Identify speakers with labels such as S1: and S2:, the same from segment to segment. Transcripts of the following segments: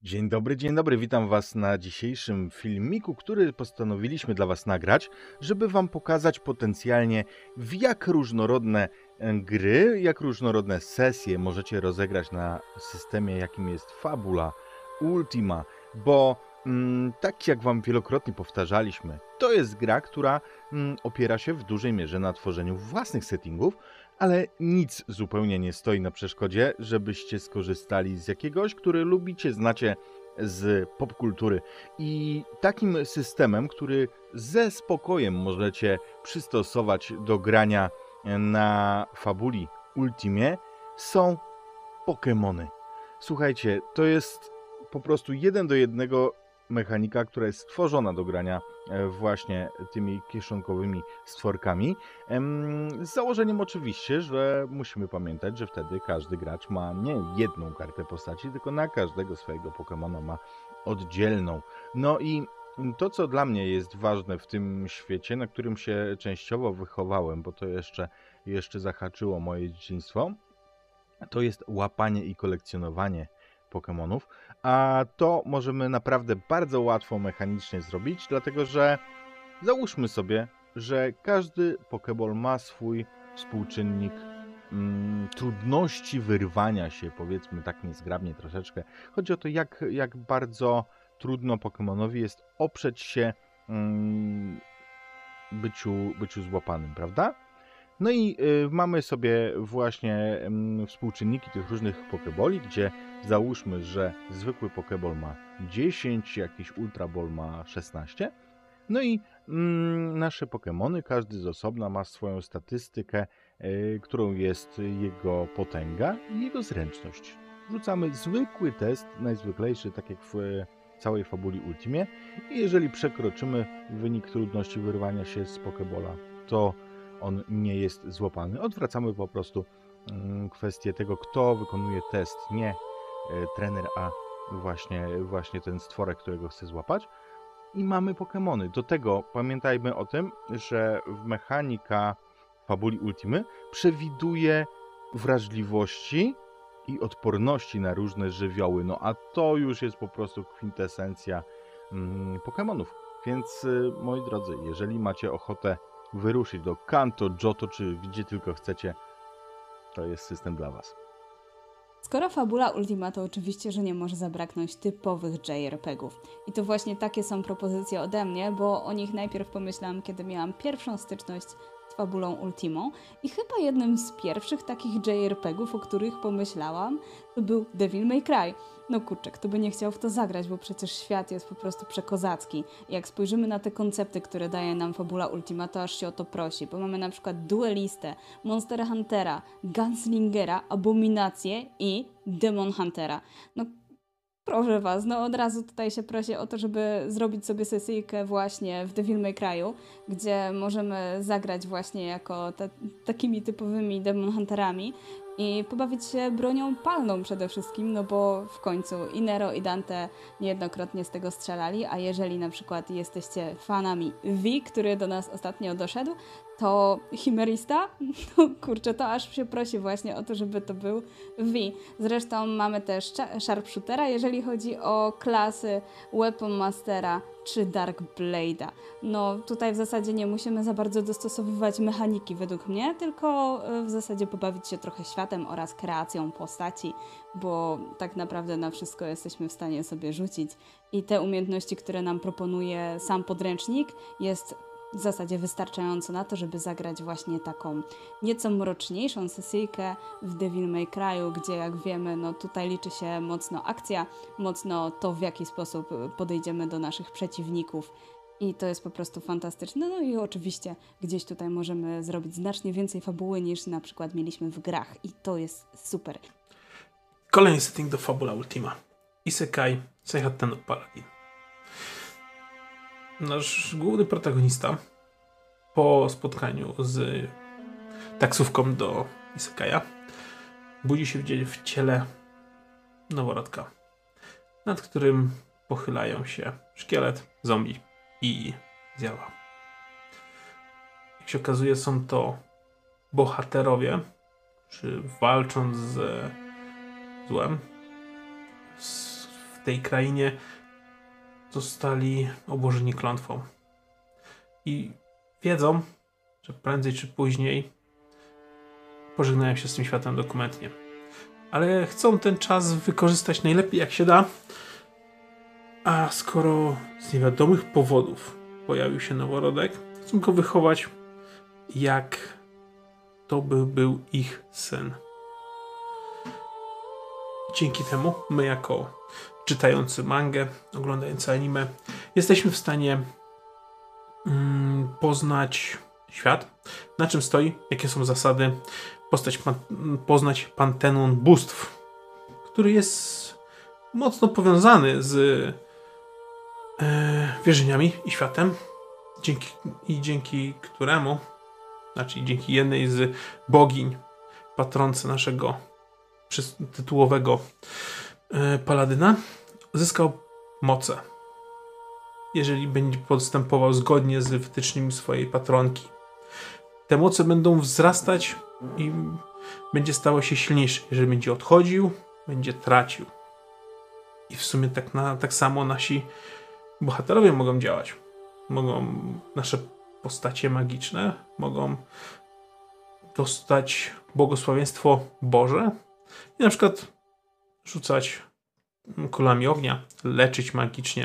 S1: Dzień dobry, witam Was na dzisiejszym filmiku, który postanowiliśmy dla Was nagrać, żeby Wam pokazać potencjalnie, w jak różnorodne gry, jak różnorodne sesje możecie rozegrać na systemie, jakim jest Fabula Ultima, bo tak jak Wam wielokrotnie powtarzaliśmy, to jest gra, która opiera się w dużej mierze na tworzeniu własnych settingów, ale nic zupełnie nie stoi na przeszkodzie, żebyście skorzystali z jakiegoś, który lubicie, znacie z popkultury. I takim systemem, który ze spokojem możecie przystosować do grania na Fabuli Ultimie, są Pokémony. Słuchajcie, to jest po prostu 1:1 mechanika, która jest stworzona do grania właśnie tymi kieszonkowymi stworkami. Z założeniem oczywiście, że musimy pamiętać, że wtedy każdy gracz ma nie jedną kartę postaci, tylko na każdego swojego Pokemona ma oddzielną. No i to, co dla mnie jest ważne w tym świecie, na którym się częściowo wychowałem, bo to jeszcze zahaczyło moje dzieciństwo, to jest łapanie i kolekcjonowanie Pokémonów, a to możemy naprawdę bardzo łatwo mechanicznie zrobić, dlatego że załóżmy sobie, że każdy Pokéball ma swój współczynnik trudności wyrwania się, powiedzmy tak niezgrabnie troszeczkę. Chodzi o to, jak bardzo trudno Pokémonowi jest oprzeć się byciu złapanym, prawda? No i mamy sobie właśnie współczynniki tych różnych Pokéboli, gdzie załóżmy, że zwykły Pokéball ma 10, jakiś Ultra Ball ma 16. No i nasze Pokémony, każdy z osobna ma swoją statystykę, którą jest jego potęga i jego zręczność. Rzucamy zwykły test, najzwyklejszy, tak jak w całej Fabuli Ultimie. I jeżeli przekroczymy wynik trudności wyrwania się z Pokéballa, to on nie jest złapany. Odwracamy po prostu kwestię tego, kto wykonuje test, nie trener, a właśnie ten stworek, którego chce złapać. I mamy Pokemony. Do tego pamiętajmy o tym, że mechanika Fabuli Ultimy przewiduje wrażliwości i odporności na różne żywioły. No a to już jest po prostu kwintesencja Pokemonów. Więc moi drodzy, jeżeli macie ochotę wyruszyć do Kanto, Johto, czy gdzie tylko chcecie, to jest system dla Was.
S2: Skoro Fabula Ultima, to oczywiście, że nie może zabraknąć typowych JRPG-ów. I to właśnie takie są propozycje ode mnie, bo o nich najpierw pomyślałam, kiedy miałam pierwszą styczność z Fabulą Ultimą. I chyba jednym z pierwszych takich JRPG-ów, o których pomyślałam, to był Devil May Cry. No kurczę, kto by nie chciał w to zagrać, bo przecież świat jest po prostu przekozacki. I jak spojrzymy na te koncepty, które daje nam Fabula Ultima, to aż się o to prosi, bo mamy na przykład Duelistę, Monster Huntera, Gunslingera, Abominację i Demon Huntera. No proszę Was, no od razu tutaj się prosi o to, żeby zrobić sobie sesyjkę właśnie w Devil May Cry'u, gdzie możemy zagrać właśnie jako takimi typowymi Demon Hunterami i pobawić się bronią palną przede wszystkim, no bo w końcu i Nero i Dante niejednokrotnie z tego strzelali, a jeżeli na przykład jesteście fanami V, który do nas ostatnio doszedł, to Chimerista, no kurczę, to aż się prosi właśnie o to, żeby to był V. Zresztą mamy też Sharpshootera, jeżeli chodzi o klasy Weapon Mastera czy Dark Blade'a. No tutaj w zasadzie nie musimy za bardzo dostosowywać mechaniki według mnie, tylko w zasadzie pobawić się trochę światem oraz kreacją postaci, bo tak naprawdę na wszystko jesteśmy w stanie sobie rzucić i te umiejętności, które nam proponuje sam podręcznik, jest w zasadzie wystarczająco na to, żeby zagrać właśnie taką nieco mroczniejszą sesyjkę w Devil May Cry'u, gdzie jak wiemy, no tutaj liczy się mocno akcja, mocno to, w jaki sposób podejdziemy do naszych przeciwników. I to jest po prostu fantastyczne. No i oczywiście gdzieś tutaj możemy zrobić znacznie więcej fabuły niż na przykład mieliśmy w grach. I to jest super.
S3: Kolejny setting do Fabula Ultima. Isekai Seihatten no Paladin. Nasz główny protagonista po spotkaniu z taksówką do Isekaja budzi się w ciele noworodka, nad którym pochylają się szkielet, zombie i zjawa. Jak się okazuje, są to bohaterowie, którzy walcząc z złem w tej krainie zostali obłożeni klątwą. I wiedzą, że prędzej czy później pożegnają się z tym światem dokumentnie. Ale chcą ten czas wykorzystać najlepiej jak się da, a skoro z niewiadomych powodów pojawił się noworodek, chcą go wychować jak to by był ich syn. Dzięki temu my jako czytający mangę, oglądający anime, jesteśmy w stanie poznać świat, na czym stoi, jakie są zasady, poznać panteon bóstw, który jest mocno powiązany z wierzeniami i światem, dzięki któremu, znaczy dzięki jednej z bogiń, patronce naszego tytułowego paladyna, zyskał moce. Jeżeli będzie postępował zgodnie z wytycznymi swojej patronki. Te moce będą wzrastać i będzie stało się silniejsze. Jeżeli będzie odchodził, będzie tracił. I w sumie tak samo nasi bohaterowie mogą działać. Nasze postacie magiczne mogą dostać błogosławieństwo Boże i na przykład rzucać kulami ognia, leczyć magicznie.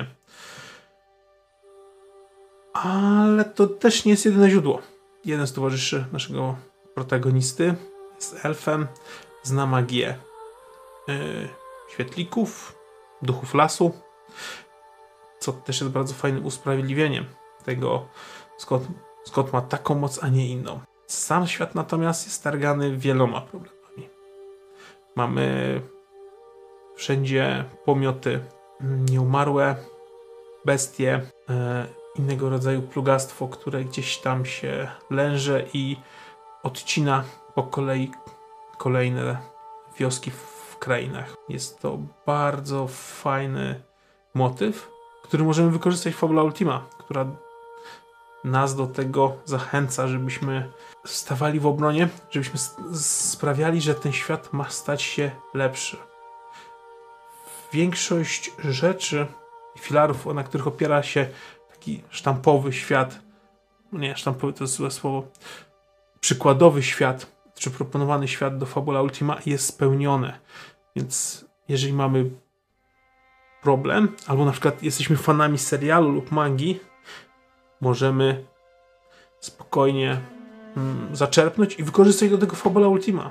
S3: Ale to też nie jest jedyne źródło. Jeden z towarzyszy naszego protagonisty jest elfem, zna magię świetlików, duchów lasu, co też jest bardzo fajnym usprawiedliwieniem tego, skąd ma taką moc, a nie inną. Sam świat natomiast jest targany wieloma problemami. Mamy wszędzie pomioty nieumarłe, bestie, innego rodzaju plugastwo, które gdzieś tam się lęże i odcina po kolei kolejne wioski w krainach. Jest to bardzo fajny motyw, który możemy wykorzystać w Fabula Ultima, która nas do tego zachęca, żebyśmy stawali w obronie, żebyśmy sprawiali, że ten świat ma stać się lepszy. Większość rzeczy i filarów, na których opiera się taki sztampowy świat, nie, sztampowy to jest złe słowo, przykładowy świat, czy proponowany świat do Fabula Ultima jest spełnione. Więc jeżeli mamy problem, albo na przykład jesteśmy fanami serialu lub mangi, możemy spokojnie zaczerpnąć i wykorzystać do tego Fabula Ultima.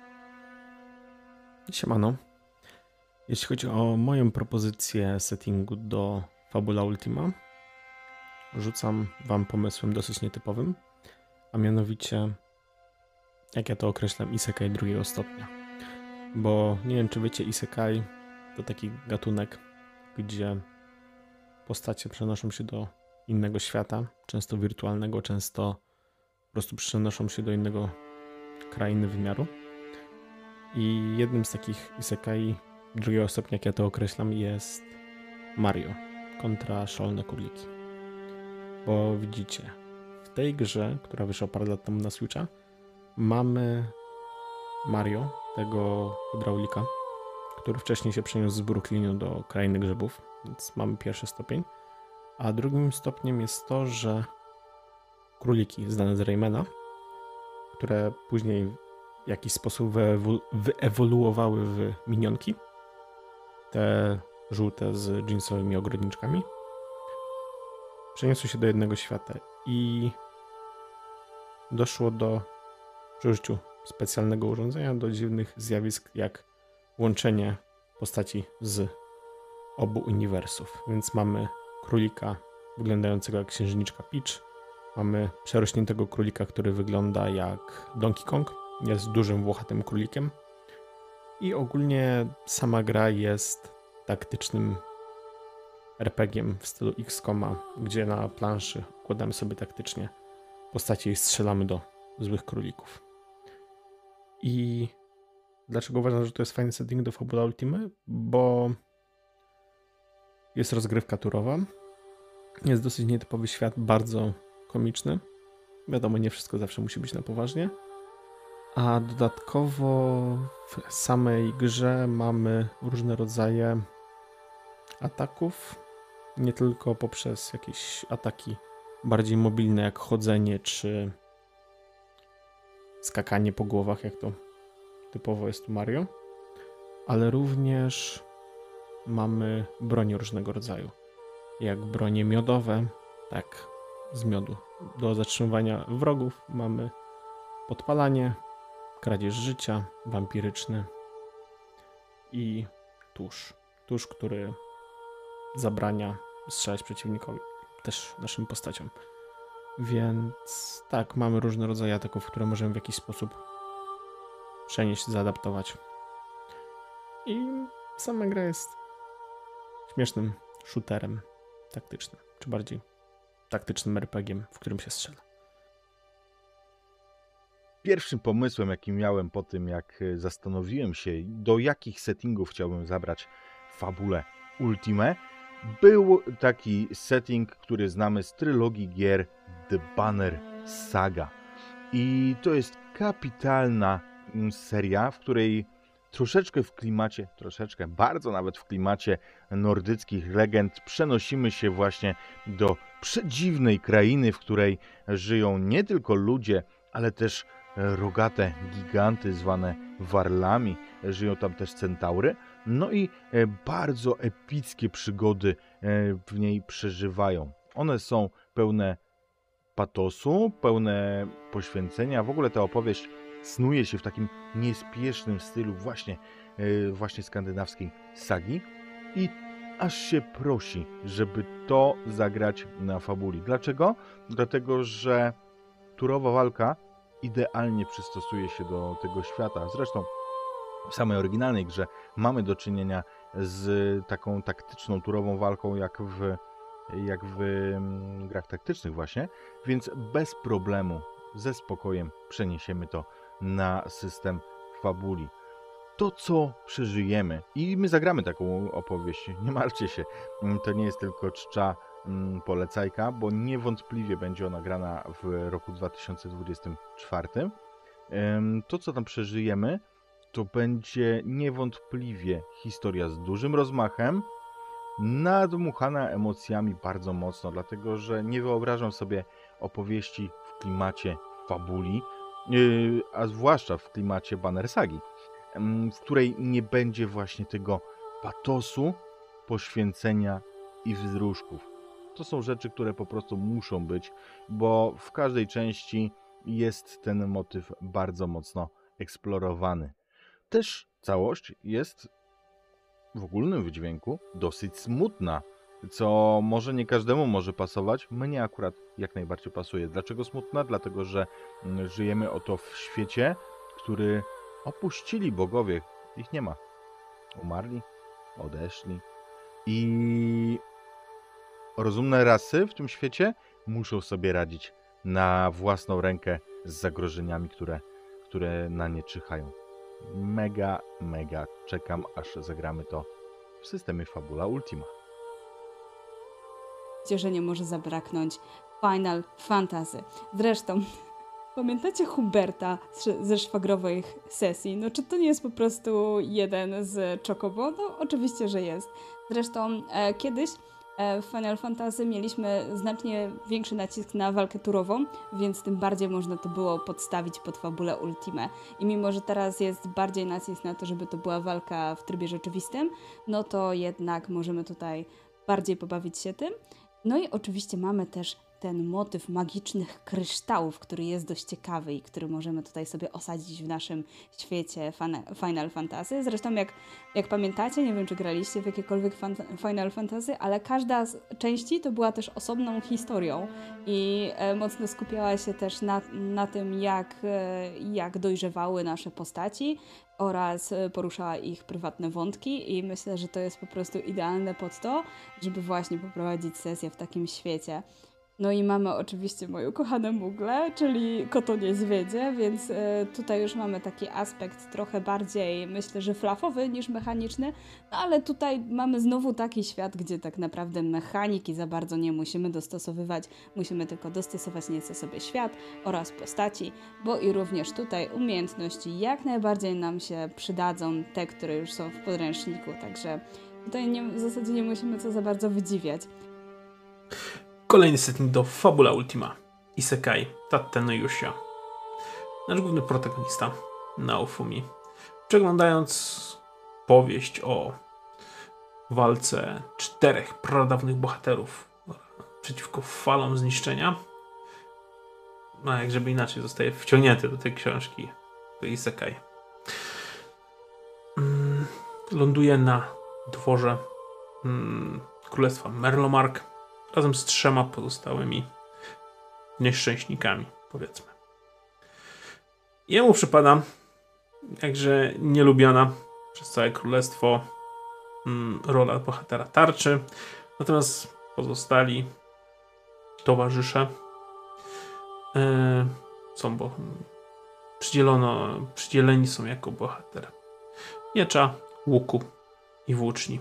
S4: Siemano. Jeśli chodzi o moją propozycję settingu do Fabula Ultima, rzucam wam pomysłem dosyć nietypowym, a mianowicie, jak ja to określam, isekai drugiego stopnia. Bo nie wiem, czy wiecie, isekai to taki gatunek, gdzie postacie przenoszą się do innego świata, często wirtualnego, często po prostu przenoszą się do innego krainy wymiaru. I jednym z takich isekai drugiego stopnia, jak ja to określam, jest Mario kontra Szalone Króliki. Bo widzicie, w tej grze, która wyszła parę lat temu na Switcha, mamy Mario, tego hydraulika, który wcześniej się przeniósł z Brooklynu do Krainy Grzybów, więc mamy pierwszy stopień. A drugim stopniem jest to, że króliki znane z Raymana, które później w jakiś sposób wyewoluowały w minionki, te żółte z jeansowymi ogrodniczkami, przeniosły się do jednego świata i doszło przy użyciu specjalnego urządzenia do dziwnych zjawisk, jak łączenie postaci z obu uniwersów. Więc mamy królika wyglądającego jak księżniczka Peach, mamy przerośniętego królika, który wygląda jak Donkey Kong, jest dużym włochatym królikiem i ogólnie sama gra jest taktycznym RPG-iem w stylu XCOM-a, gdzie na planszy układamy sobie taktycznie postacie i strzelamy do złych królików. I dlaczego uważam, że to jest fajny setting do Fabula Ultima? Bo jest rozgrywka turowa, jest dosyć nietypowy świat, bardzo komiczny. Wiadomo, nie wszystko zawsze musi być na poważnie. A dodatkowo w samej grze mamy różne rodzaje ataków, nie tylko poprzez jakieś ataki bardziej mobilne, jak chodzenie czy skakanie po głowach, jak to typowo jest u Mario, ale również mamy bronie różnego rodzaju, jak bronie miodowe, tak z miodu. Do zatrzymywania wrogów mamy podpalanie, kradzież życia, wampiryczny i tusz. Tusz, który zabrania strzelać przeciwnikowi, też naszym postaciom. Więc tak, mamy różne rodzaje ataków, które możemy w jakiś sposób przenieść, zaadaptować. I sama gra jest śmiesznym shooterem taktycznym, czy bardziej taktycznym RPG-iem, w którym się strzela.
S1: Pierwszym pomysłem, jaki miałem po tym, jak zastanowiłem się, do jakich settingów chciałbym zabrać fabulę Ultimę, był taki setting, który znamy z trylogii gier The Banner Saga. I to jest kapitalna seria, w której bardzo nawet w klimacie nordyckich legend przenosimy się właśnie do przedziwnej krainy, w której żyją nie tylko ludzie, ale też rogate giganty zwane warlami, żyją tam też centaury, no i bardzo epickie przygody w niej przeżywają. One są pełne patosu, pełne poświęcenia. W ogóle ta opowieść snuje się w takim niespiesznym stylu właśnie skandynawskiej sagi i aż się prosi, żeby to zagrać na fabuli. Dlaczego? Dlatego, że turowa walka idealnie przystosuje się do tego świata. Zresztą w samej oryginalnej grze mamy do czynienia z taką taktyczną turową walką jak w grach taktycznych właśnie, więc bez problemu, ze spokojem przeniesiemy to na system fabuli. To, co przeżyjemy i my zagramy taką opowieść, nie martwcie się, to nie jest tylko czcza polecajka, bo niewątpliwie będzie ona grana w roku 2024. To, co tam przeżyjemy, to będzie niewątpliwie historia z dużym rozmachem, nadmuchana emocjami bardzo mocno, dlatego że nie wyobrażam sobie opowieści w klimacie fabuli, a zwłaszcza w klimacie Banner Sagi, w której nie będzie właśnie tego patosu, poświęcenia i wzruszków. To są rzeczy, które po prostu muszą być, bo w każdej części jest ten motyw bardzo mocno eksplorowany. Też całość jest w ogólnym wydźwięku dosyć smutna, co może nie każdemu może pasować. Mnie akurat jak najbardziej pasuje. Dlaczego smutna? Dlatego, że żyjemy oto w świecie, który opuścili bogowie. Ich nie ma. Umarli, odeszli i rozumne rasy w tym świecie muszą sobie radzić na własną rękę z zagrożeniami, które na nie czyhają. Mega czekam, aż zagramy to w systemie Fabula Ultima.
S2: Że nie może zabraknąć Final Fantasy. Zresztą, pamiętacie Huberta ze szwagrowych sesji? No czy to nie jest po prostu jeden z Chocobo? No oczywiście, że jest. Zresztą kiedyś w Final Fantasy mieliśmy znacznie większy nacisk na walkę turową, więc tym bardziej można to było podstawić pod fabulę Ultimę. I mimo, że teraz jest bardziej nacisk na to, żeby to była walka w trybie rzeczywistym, no to jednak możemy tutaj bardziej pobawić się tym. No i oczywiście mamy też ten motyw magicznych kryształów, który jest dość ciekawy i który możemy tutaj sobie osadzić w naszym świecie Final Fantasy. Zresztą jak pamiętacie, nie wiem czy graliście w jakiekolwiek Final Fantasy, ale każda z części to była też osobną historią i mocno skupiała się też na tym, jak dojrzewały nasze postaci oraz poruszała ich prywatne wątki i myślę, że to jest po prostu idealne pod to, żeby właśnie poprowadzić sesję w takim świecie. No i mamy oczywiście moją kochaną Muglę, czyli Koto Niedźwiedzie, więc tutaj już mamy taki aspekt trochę bardziej, myślę, że flafowy niż mechaniczny, no ale tutaj mamy znowu taki świat, gdzie tak naprawdę mechaniki za bardzo nie musimy dostosowywać, musimy tylko dostosować nieco sobie świat oraz postaci, bo i również tutaj umiejętności jak najbardziej nam się przydadzą, te, które już są w podręczniku, także Tutaj w zasadzie nie musimy co za bardzo wydziwiać.
S3: Kolejny setting do Fabula Ultima. Isekai Tate no Yusha. Nasz główny protagonista, Naofumi, przeglądając powieść o walce 4 pradawnych bohaterów przeciwko falom zniszczenia, no jak żeby inaczej, zostaje wciągnięty do tej książki, do Isekai. Ląduje na dworze Królestwa Merlomark razem z 3 pozostałymi nieszczęśnikami, powiedzmy. Jemu przypada jakże nielubiana przez całe królestwo rola bohatera tarczy, natomiast pozostali towarzysze są przydzieleni są jako bohater miecza, łuku i włóczni.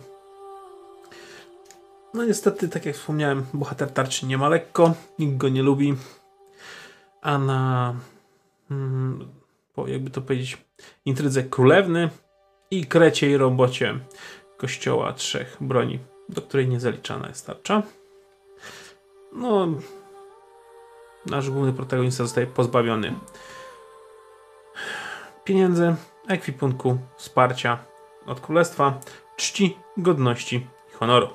S3: No niestety, tak jak wspomniałem, bohater tarczy nie ma lekko, nikt go nie lubi, a na jakby to powiedzieć, intrydze królewny i kreciej robocie kościoła 3 broni, do której nie zaliczana jest tarcza. No, nasz główny protagonista zostaje pozbawiony pieniędzy, ekwipunku, wsparcia od królestwa, czci, godności i honoru.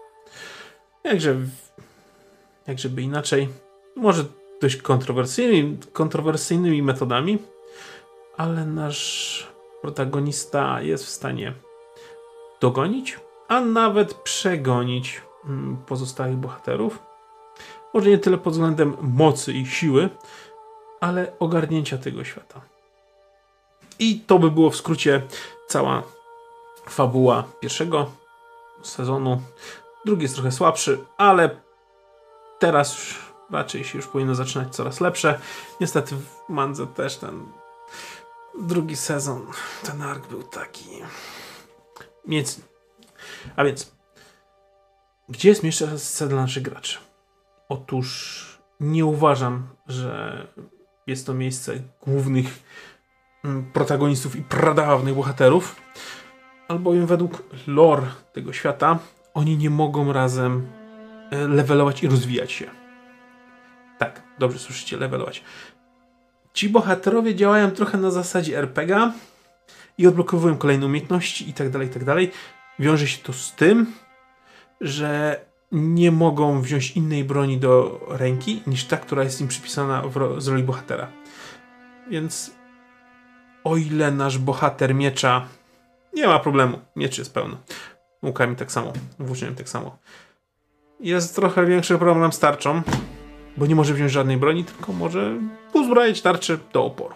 S3: Jakżeby inaczej, może dość kontrowersyjnymi metodami, ale nasz protagonista jest w stanie dogonić, a nawet przegonić pozostałych bohaterów. Może nie tyle pod względem mocy i siły, ale ogarnięcia tego świata. I to by było w skrócie cała fabuła pierwszego sezonu. Drugi jest trochę słabszy, ale teraz już raczej się już powinno zaczynać coraz lepsze. Niestety w mandze też ten drugi sezon, ten ark był taki mięcny. A więc, gdzie jest miejsce dla naszych graczy? Otóż nie uważam, że jest to miejsce głównych protagonistów i pradawnych bohaterów, albowiem według lore tego świata oni nie mogą razem levelować i rozwijać się. Tak, dobrze słyszycie, levelować. Ci bohaterowie działają trochę na zasadzie RPG i odblokowują kolejne umiejętności i tak dalej. Wiąże się to z tym, że nie mogą wziąć innej broni do ręki niż ta, która jest im przypisana z roli bohatera. Więc o ile nasz bohater miecza nie ma problemu, miecz jest pełny. Łukami tak samo, włóczniami tak samo. Jest trochę większy problem z tarczą, bo nie może wziąć żadnej broni, tylko może uzbroić tarczę do oporu.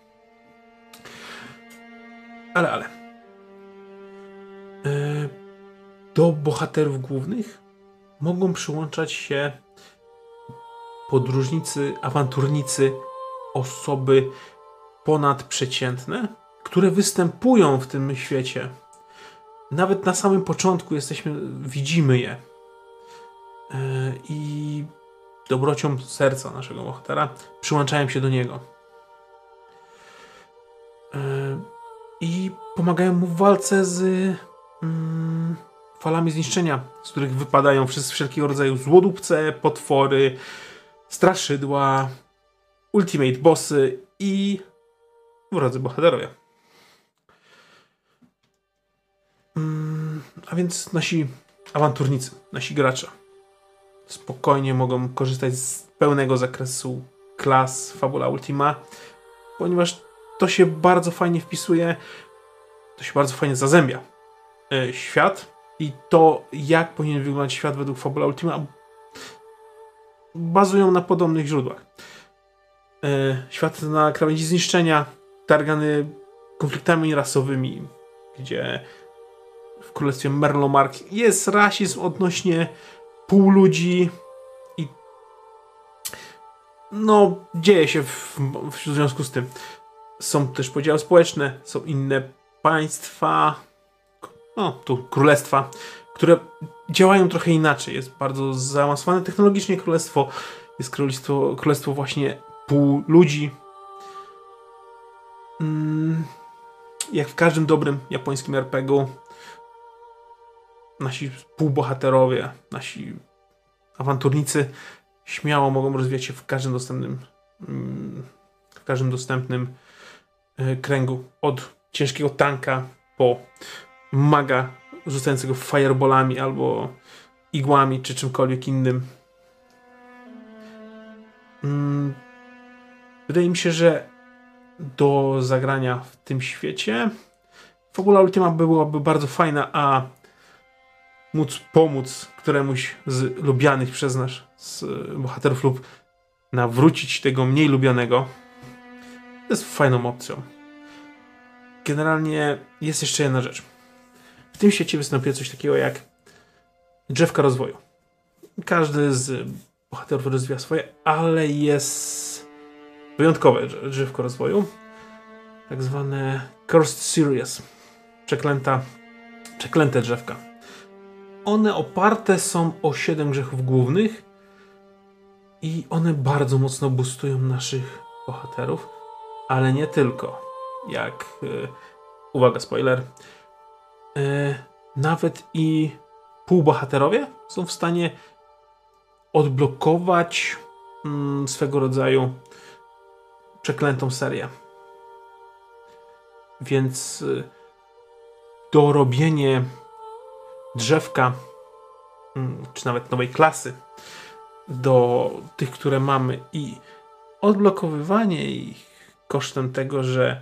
S3: Ale. Do bohaterów głównych mogą przyłączać się podróżnicy, awanturnicy, osoby ponadprzeciętne, które występują w tym świecie. Nawet na samym początku widzimy je. I dobrocią serca naszego bohatera przyłączają się do niego. I pomagają mu w walce z falami zniszczenia, z których wypadają wszelkiego rodzaju złodupce, potwory, straszydła, ultimate bossy i wrodzy bohaterowie. A więc nasi awanturnicy, nasi gracze spokojnie mogą korzystać z pełnego zakresu klas Fabula Ultima, ponieważ to się bardzo fajnie wpisuje, to się bardzo fajnie zazębia świat i to, jak powinien wyglądać świat według Fabula Ultima, bazują na podobnych źródłach. Świat na krawędzi zniszczenia, targany konfliktami rasowymi, gdzie w królestwie Merlomark jest rasizm odnośnie półludzi i no, dzieje się w związku z tym. Są też podziały społeczne, są inne państwa, no tu królestwa, które działają trochę inaczej. Jest bardzo zaawansowane technologicznie królestwo, jest królestwo właśnie półludzi. Jak w każdym dobrym japońskim RPG-u nasi półbohaterowie, nasi awanturnicy śmiało mogą rozwijać się w każdym dostępnym kręgu. Od ciężkiego tanka po maga rzucającego fireballami albo igłami czy czymkolwiek innym. Wydaje mi się, że do zagrania w tym świecie Fabula Ultima byłaby bardzo fajna, a móc pomóc któremuś z lubianych przez nas z bohaterów lub nawrócić tego mniej lubianego jest fajną opcją. Generalnie jest jeszcze jedna rzecz. W tym świecie występuje coś takiego jak drzewka rozwoju. Każdy z bohaterów rozwija swoje, ale jest wyjątkowe drzewko rozwoju. Tak zwane Cursed Series. Przeklęte drzewka. One oparte są o 7 grzechów głównych i one bardzo mocno boostują naszych bohaterów, ale nie tylko. Jak, uwaga, spoiler, nawet i półbohaterowie są w stanie odblokować swego rodzaju przeklętą serię. Więc dorobienie drzewka, czy nawet nowej klasy do tych, które mamy i odblokowywanie ich kosztem tego, że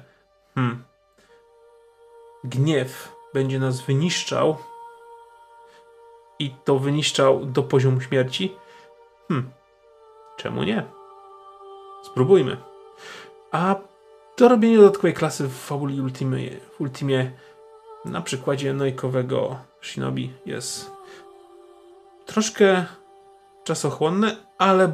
S3: gniew będzie nas wyniszczał i to wyniszczał do poziomu śmierci. Czemu nie? Spróbujmy. A dorobienie dodatkowej klasy w Fabuli Ultimie na przykładzie nojkowego Shinobi jest troszkę czasochłonne, ale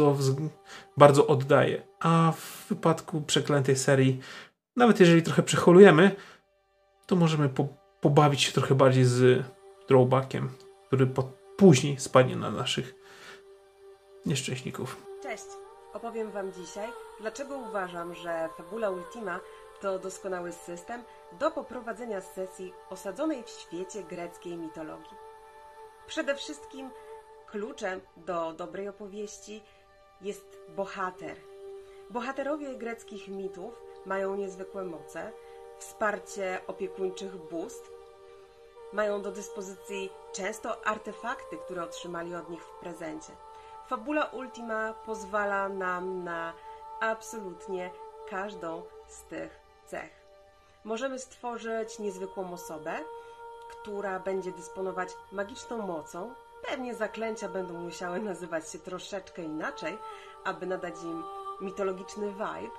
S3: bardzo oddaje. A w wypadku przeklętej serii, nawet jeżeli trochę przeholujemy, to możemy pobawić się trochę bardziej z drawbackiem, który później spadnie na naszych nieszczęśników.
S5: Cześć! Opowiem Wam dzisiaj, dlaczego uważam, że Fabula Ultima to doskonały system do poprowadzenia sesji osadzonej w świecie greckiej mitologii. Przede wszystkim kluczem do dobrej opowieści jest bohater. Bohaterowie greckich mitów mają niezwykłe moce, wsparcie opiekuńczych bóstw, mają do dyspozycji często artefakty, które otrzymali od nich w prezencie. Fabula Ultima pozwala nam na absolutnie każdą z tych cech. Możemy stworzyć niezwykłą osobę, która będzie dysponować magiczną mocą. Pewnie zaklęcia będą musiały nazywać się troszeczkę inaczej, aby nadać im mitologiczny vibe.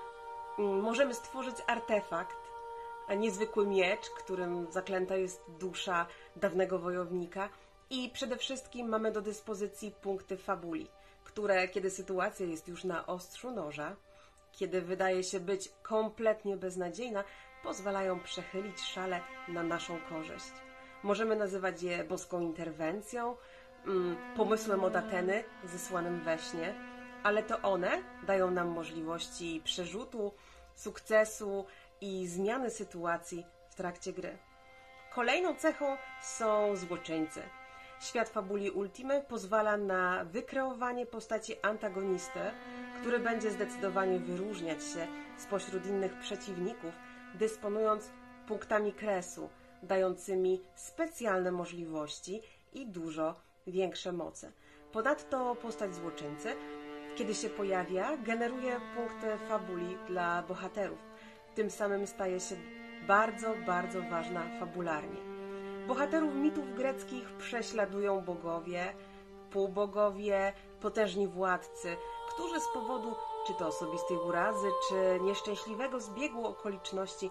S5: Możemy stworzyć artefakt, niezwykły miecz, którym zaklęta jest dusza dawnego wojownika. I przede wszystkim mamy do dyspozycji punkty fabuli, które, kiedy sytuacja jest już na ostrzu noża, kiedy wydaje się być kompletnie beznadziejna, pozwalają przechylić szale na naszą korzyść. Możemy nazywać je boską interwencją, pomysłem od Ateny zesłanym we śnie, ale to one dają nam możliwości przerzutu, sukcesu i zmiany sytuacji w trakcie gry. Kolejną cechą są złoczyńcy. Świat Fabuli Ultimy pozwala na wykreowanie postaci antagonisty, który będzie zdecydowanie wyróżniać się spośród innych przeciwników, dysponując punktami kresu, dającymi specjalne możliwości i dużo większe moce. Ponadto postać złoczyńcy, kiedy się pojawia, generuje punkty fabuli dla bohaterów. Tym samym staje się bardzo, bardzo ważna fabularnie. Bohaterów mitów greckich prześladują bogowie, półbogowie, potężni władcy, którzy z powodu czy to osobistej urazy, czy nieszczęśliwego zbiegu okoliczności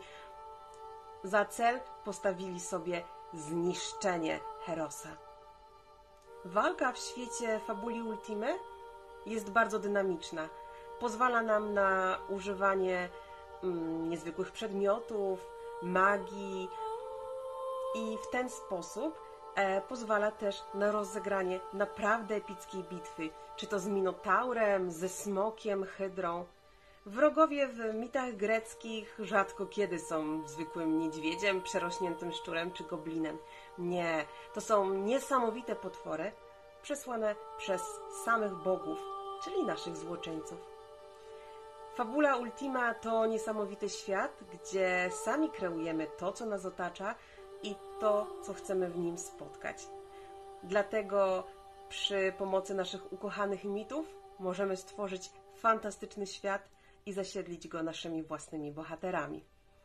S5: za cel postawili sobie zniszczenie Herosa. Walka w świecie Fabuli Ultimy jest bardzo dynamiczna. Pozwala nam na używanie niezwykłych przedmiotów, magii i w ten sposób pozwala też na rozegranie naprawdę epickiej bitwy, czy to z Minotaurem, ze Smokiem, Hydrą. Wrogowie w mitach greckich rzadko kiedy są zwykłym niedźwiedziem, przerośniętym szczurem czy goblinem. Nie, to są niesamowite potwory przesłane przez samych bogów, czyli naszych złoczyńców. Fabula Ultima to niesamowity świat, gdzie sami kreujemy to, co nas otacza i to, co chcemy w nim spotkać. Dlatego przy pomocy naszych ukochanych mitów możemy stworzyć fantastyczny świat i zasiedlić go naszymi własnymi bohaterami.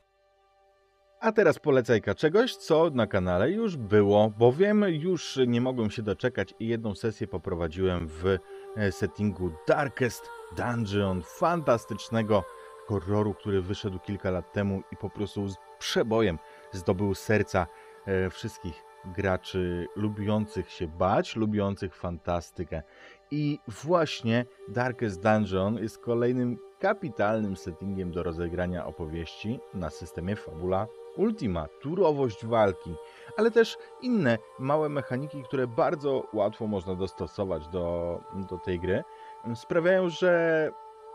S1: A teraz polecajka czegoś, co na kanale już było, bowiem już nie mogłem się doczekać i jedną sesję poprowadziłem w settingu Darkest Dungeon, fantastycznego horroru, który wyszedł kilka lat temu i po prostu z przebojem zdobył serca wszystkich graczy lubiących się bać, lubiących fantastykę. I właśnie Darkest Dungeon jest kolejnym kapitalnym settingiem do rozegrania opowieści na systemie Fabula Ultima. Turowość walki, ale też inne małe mechaniki, które bardzo łatwo można dostosować do tej gry, sprawiają, że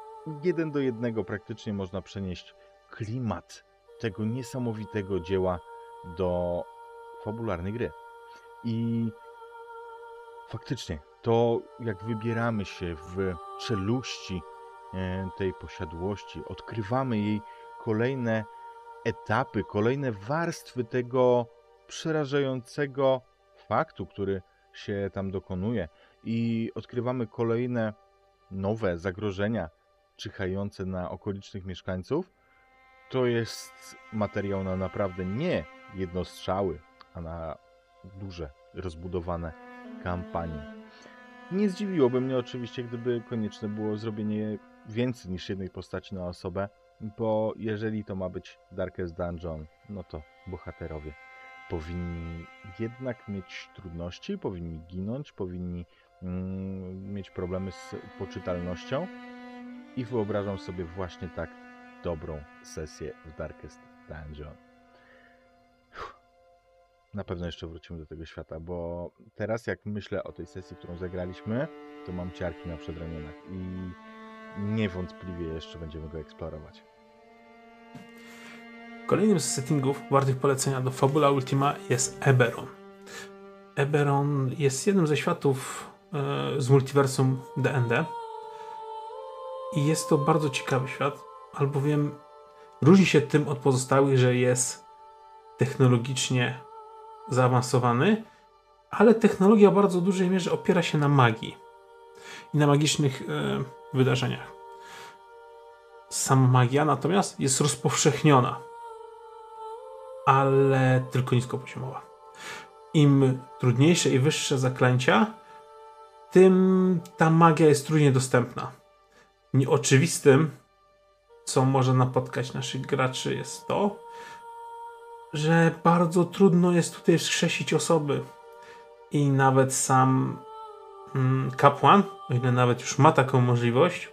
S1: 1:1 praktycznie można przenieść klimat tego niesamowitego dzieła do fabularnej gry. I faktycznie to, jak wybieramy się w czeluści tej posiadłości, odkrywamy jej kolejne etapy, kolejne warstwy tego przerażającego faktu, który się tam dokonuje, i odkrywamy kolejne nowe zagrożenia czyhające na okolicznych mieszkańców, to jest materiał na naprawdę nie jednostrzały, a na duże, rozbudowane kampanie. Nie zdziwiłoby mnie oczywiście, gdyby konieczne było zrobienie więcej niż jednej postaci na osobę, bo jeżeli to ma być Darkest Dungeon, no to bohaterowie powinni jednak mieć trudności, powinni ginąć, powinni mieć problemy z poczytalnością i wyobrażam sobie właśnie tak dobrą sesję w Darkest Dungeon. Na pewno jeszcze wrócimy do tego świata, bo teraz jak myślę o tej sesji, którą zagraliśmy, to mam ciarki na przedramionach i niewątpliwie jeszcze będziemy go eksplorować.
S3: Kolejnym z settingów wartych polecenia do Fabula Ultima jest Eberron. Eberron jest jednym ze światów z multiversum D&D i jest to bardzo ciekawy świat, albowiem różni się tym od pozostałych, że jest technologicznie zaawansowany, ale technologia w bardzo dużej mierze opiera się na magii i na magicznych wydarzeniach. Sama magia natomiast jest rozpowszechniona, ale tylko niskopoziomowa. Im trudniejsze i wyższe zaklęcia, tym ta magia jest trudniej dostępna. Nieoczywistym, co może napotkać naszych graczy, jest to, że bardzo trudno jest tutaj wskrzesić osoby. I nawet sam kapłan, o ile nawet już ma taką możliwość,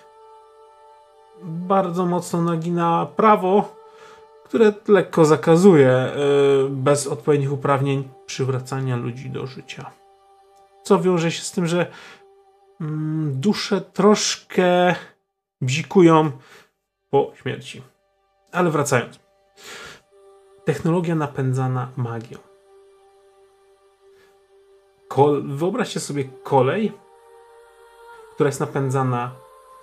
S3: bardzo mocno nagina prawo, które lekko zakazuje bez odpowiednich uprawnień przywracania ludzi do życia. Co wiąże się z tym, że dusze troszkę bzikują po śmierci. Ale wracając. Technologia napędzana magią. Wyobraźcie sobie kolej, która jest napędzana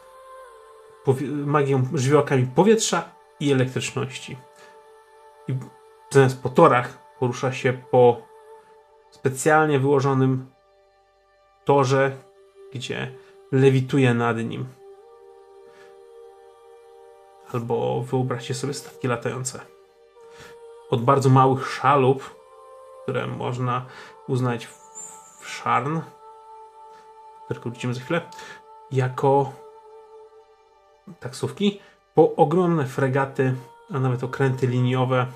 S3: magią, żywiołami powietrza i elektryczności. I zamiast po torach porusza się po specjalnie wyłożonym torze, gdzie lewituje nad nim. Albo wyobraźcie sobie statki latające. Od bardzo małych szalup, które można uznać w Szarn, którego wrócimy za chwilę, jako taksówki, po ogromne fregaty, a nawet okręty liniowe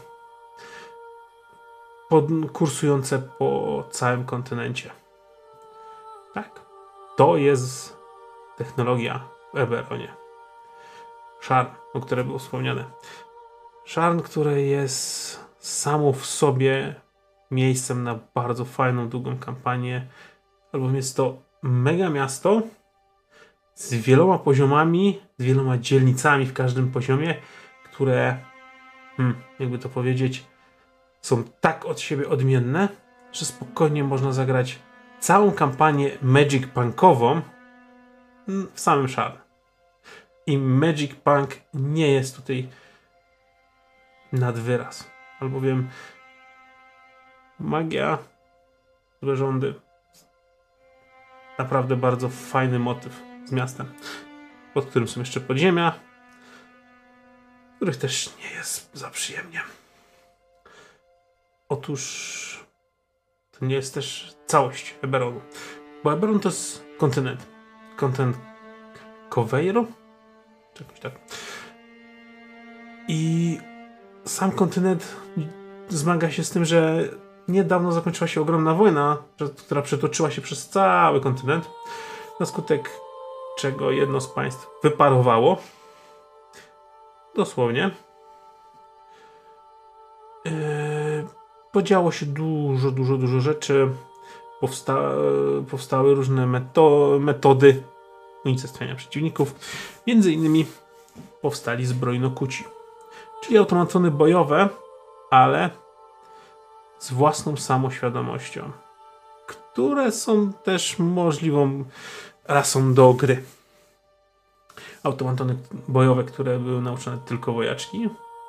S3: kursujące po całym kontynencie. Tak, to jest technologia w Eberronie. Szarn, o którym było wspomniane. Szarn, który jest samo w sobie miejscem na bardzo fajną, długą kampanię, albowiem jest to mega miasto z wieloma poziomami, z wieloma dzielnicami w każdym poziomie, które, jakby to powiedzieć, są tak od siebie odmienne, że spokojnie można zagrać całą kampanię Magic Punkową w samym szale. I Magic Punk nie jest tutaj nad wyraz. Albowiem magia, złe rządy, naprawdę bardzo fajny motyw z miastem, pod którym są jeszcze podziemia, których też nie jest za przyjemnie. Otóż to nie jest też całość Eberonu, bo Eberon to jest kontynent. Kontynent Coveiro? Czegoś tak. I sam kontynent zmaga się z tym, że niedawno zakończyła się ogromna wojna, która przetoczyła się przez cały kontynent, na skutek czego jedno z państw wyparowało. Dosłownie. Podziało się dużo rzeczy. Powstały różne metody unicestwiania przeciwników. Między innymi powstali zbrojnokuci, czyli automatony bojowe, ale z własną samoświadomością, które są też możliwą rasą do gry. Automatony bojowe, które były nauczone tylko wojaczki,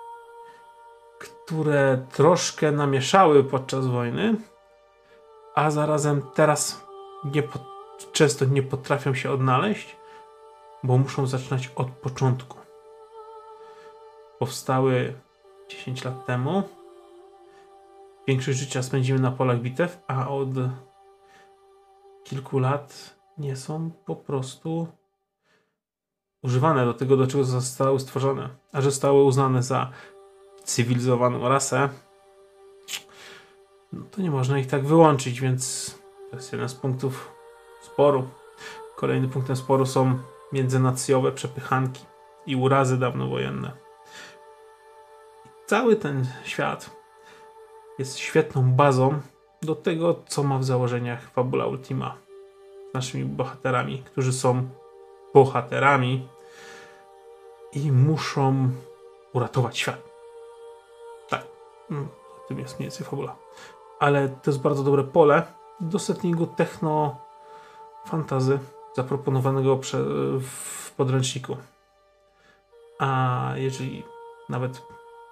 S3: które troszkę namieszały podczas wojny, a zarazem teraz często nie potrafią się odnaleźć, bo muszą zaczynać od początku. Powstały 10 lat temu. Większość życia spędzimy na polach bitew, a od kilku lat nie są po prostu używane do tego, do czego zostały stworzone. A że zostały uznane za cywilizowaną rasę, no to nie można ich tak wyłączyć, więc to jest jeden z punktów sporu. Kolejnym punktem sporu są międzynacjowe przepychanki i urazy dawnowojenne. Cały ten świat jest świetną bazą do tego, co ma w założeniach Fabula Ultima. Z naszymi bohaterami, którzy są bohaterami i muszą uratować świat. Tak, o tym jest mniej więcej fabula. Ale to jest bardzo dobre pole do settingu techno-fantazy zaproponowanego w podręczniku. A jeżeli nawet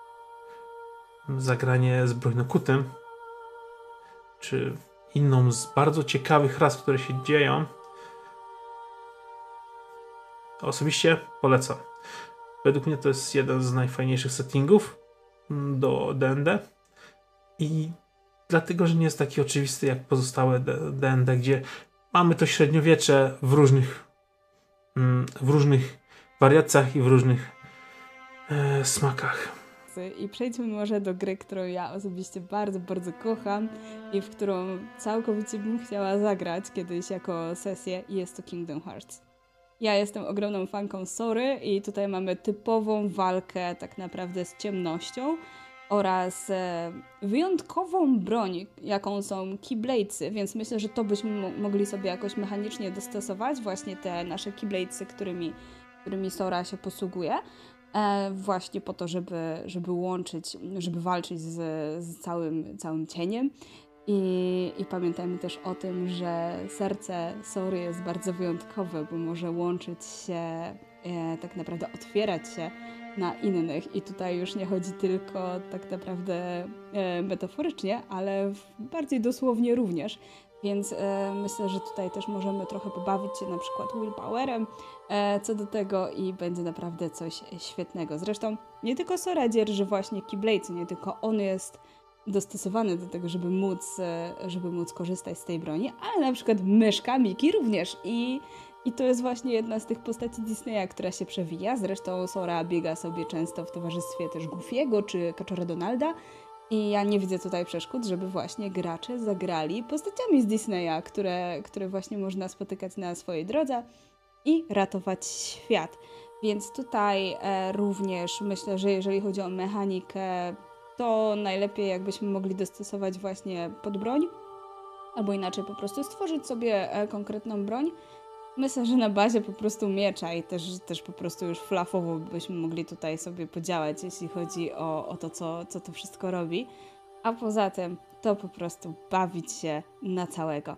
S3: zagranie zbrojnokutym, czy inną z bardzo ciekawych ras, które się dzieją, to osobiście polecam. Według mnie to jest jeden z najfajniejszych settingów do D&D i dlatego, że nie jest taki oczywisty jak pozostałe D&D, gdzie mamy to średniowiecze w różnych wariacjach i w różnych smakach.
S2: I przejdźmy może do gry, którą ja osobiście bardzo kocham i w którą całkowicie bym chciała zagrać kiedyś jako sesję, i jest to Kingdom Hearts. Ja jestem ogromną fanką Sory i tutaj mamy typową walkę tak naprawdę z ciemnością oraz wyjątkową broń, jaką są Keybladesy, więc myślę, że to byśmy mogli sobie jakoś mechanicznie dostosować, właśnie te nasze Keybladesy, którymi Sora się posługuje. Właśnie po to, żeby łączyć, żeby walczyć z całym cieniem. I pamiętajmy też o tym, że serce Sory jest bardzo wyjątkowe, bo może łączyć się, tak naprawdę otwierać się na innych. I tutaj już nie chodzi tylko tak naprawdę metaforycznie, ale bardziej dosłownie również. Więc myślę, że tutaj też możemy trochę pobawić się na przykład willpowerem co do tego i będzie naprawdę coś świetnego. Zresztą nie tylko Sora dzierży właśnie Keybladesy, nie tylko on jest dostosowany do tego, żeby móc korzystać z tej broni, ale na przykład myszka Miki również. I to jest właśnie jedna z tych postaci Disneya, która się przewija. Zresztą Sora biega sobie często w towarzystwie też Goofiego czy Kaczora Donalda. I ja nie widzę tutaj przeszkód, żeby właśnie gracze zagrali postaciami z Disneya, które właśnie można spotykać na swojej drodze i ratować świat. Więc tutaj również myślę, że jeżeli chodzi o mechanikę, to najlepiej jakbyśmy mogli dostosować właśnie pod broń, albo inaczej po prostu stworzyć sobie konkretną broń. Myślę, że na bazie po prostu miecza i też po prostu już flafowo byśmy mogli tutaj sobie podziałać, jeśli chodzi o to, co to wszystko robi. A poza tym to po prostu bawić się na całego.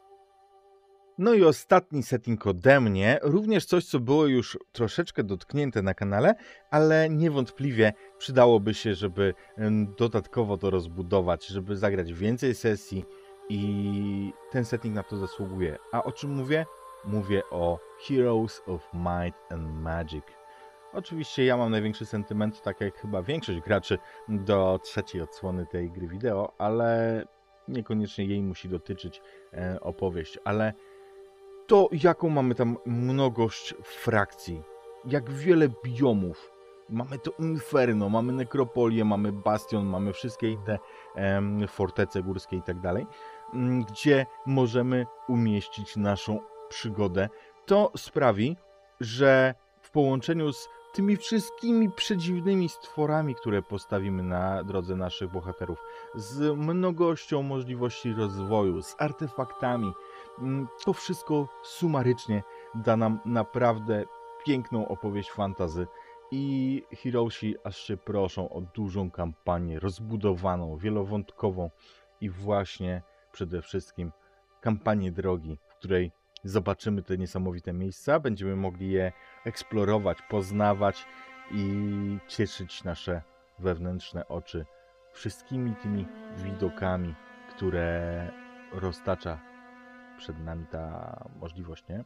S1: No i ostatni setting ode mnie, również coś, co było już troszeczkę dotknięte na kanale, ale niewątpliwie przydałoby się, żeby dodatkowo to rozbudować, żeby zagrać więcej sesji i ten setting na to zasługuje. A o czym mówię? Mówię o Heroes of Might and Magic. Oczywiście ja mam największy sentyment, tak jak chyba większość graczy, do trzeciej odsłony tej gry wideo, ale niekoniecznie jej musi dotyczyć opowieść, ale to jaką mamy tam mnogość frakcji, jak wiele biomów. Mamy to Inferno, mamy Nekropolię, mamy Bastion, mamy wszystkie te fortece górskie i tak dalej, gdzie możemy umieścić naszą przygodę. To sprawi, że w połączeniu z tymi wszystkimi przedziwnymi stworami, które postawimy na drodze naszych bohaterów, z mnogością możliwości rozwoju, z artefaktami, to wszystko sumarycznie da nam naprawdę piękną opowieść fantasy i Heroesi aż się proszą o dużą kampanię, rozbudowaną, wielowątkową i właśnie przede wszystkim kampanię drogi, w której zobaczymy te niesamowite miejsca, będziemy mogli je eksplorować, poznawać i cieszyć nasze wewnętrzne oczy wszystkimi tymi widokami, które roztacza przed nami ta możliwość, nie?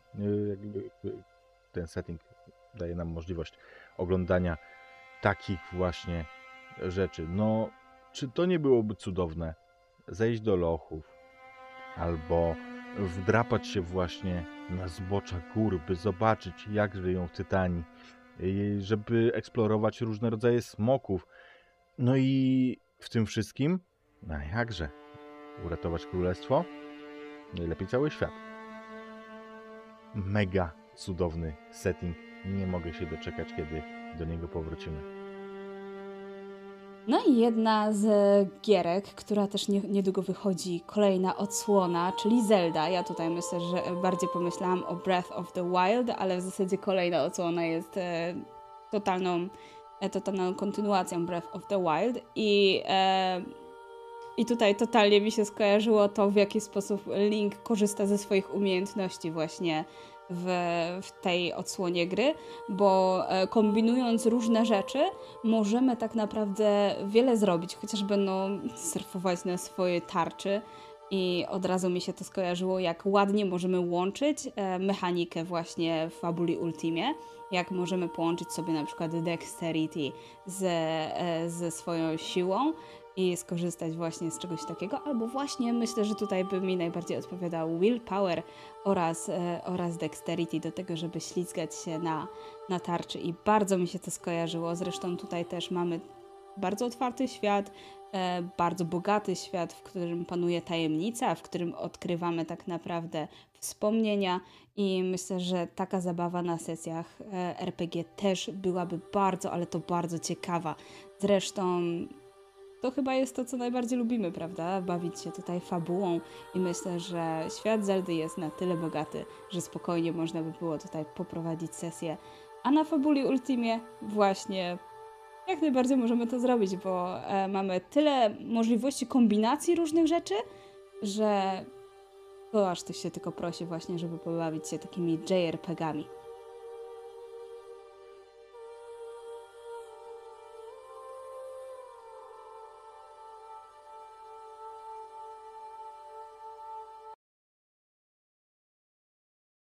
S1: Ten setting daje nam możliwość oglądania takich właśnie rzeczy. No, czy to nie byłoby cudowne? Zejść do lochów albo wdrapać się właśnie na zbocza gór, by zobaczyć, jak żyją tytani, żeby eksplorować różne rodzaje smoków. No i w tym wszystkim, no jakże, uratować królestwo? Najlepiej cały świat. Mega cudowny setting. Nie mogę się doczekać, kiedy do niego powrócimy.
S2: No i jedna z gierek, która też niedługo wychodzi, kolejna odsłona, czyli Zelda. Ja tutaj myślę, że bardziej pomyślałam o Breath of the Wild, ale w zasadzie kolejna odsłona jest totalną kontynuacją Breath of the Wild i tutaj totalnie mi się skojarzyło to, w jaki sposób Link korzysta ze swoich umiejętności właśnie w tej odsłonie gry, bo kombinując różne rzeczy możemy tak naprawdę wiele zrobić, chociażby surfować na swojej tarczy i od razu mi się to skojarzyło, jak ładnie możemy łączyć mechanikę właśnie w Fabuli Ultimie, jak możemy połączyć sobie na przykład Dexterity ze swoją siłą i skorzystać właśnie z czegoś takiego, albo właśnie myślę, że tutaj by mi najbardziej odpowiadał Willpower oraz Dexterity do tego, żeby ślizgać się na tarczy i bardzo mi się to skojarzyło. Zresztą tutaj też mamy bardzo otwarty świat, bardzo bogaty świat, w którym panuje tajemnica, w którym odkrywamy tak naprawdę wspomnienia i myślę, że taka zabawa na sesjach RPG też byłaby bardzo, ale to bardzo ciekawa. Zresztą to chyba jest to, co najbardziej lubimy, prawda? Bawić się tutaj fabułą i myślę, że świat Zeldy jest na tyle bogaty, że spokojnie można by było tutaj poprowadzić sesję. A na Fabuli Ultimie właśnie jak najbardziej możemy to zrobić, bo mamy tyle możliwości kombinacji różnych rzeczy, że to aż to się tylko prosi właśnie, żeby pobawić się takimi JRPG-ami.